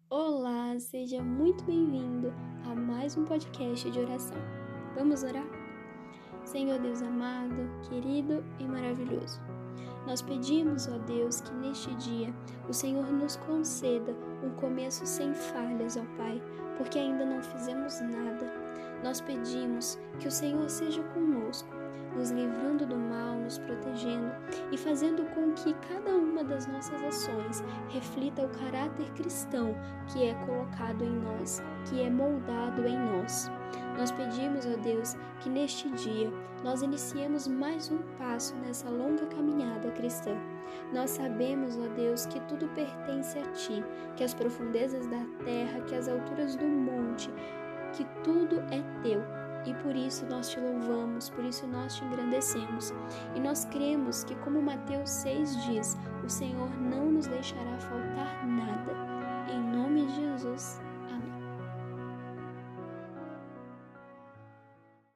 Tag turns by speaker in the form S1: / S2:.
S1: Olá, seja muito bem-vindo a mais um podcast de oração. Vamos orar? Senhor Deus amado, querido e maravilhoso, nós pedimos, ó Deus, que neste dia o Senhor nos conceda um começo sem falhas, ó Pai, porque ainda não fizemos nada. Nós pedimos que o Senhor seja conosco, nos livrando do mal, nos protegendo e fazendo com que cada uma das nossas ações reflita o caráter cristão que é colocado em nós, que é moldado em nós. Nós pedimos, ó Deus, que neste dia nós iniciemos mais um passo nessa longa caminhada cristã. Nós sabemos, ó Deus, que tudo pertence a Ti, que as profundezas da terra, que as alturas do monte, que tudo é Teu. E por isso nós Te louvamos, por isso nós Te engrandecemos. E nós cremos que, como Mateus 6 diz, o Senhor não nos deixará faltar nada.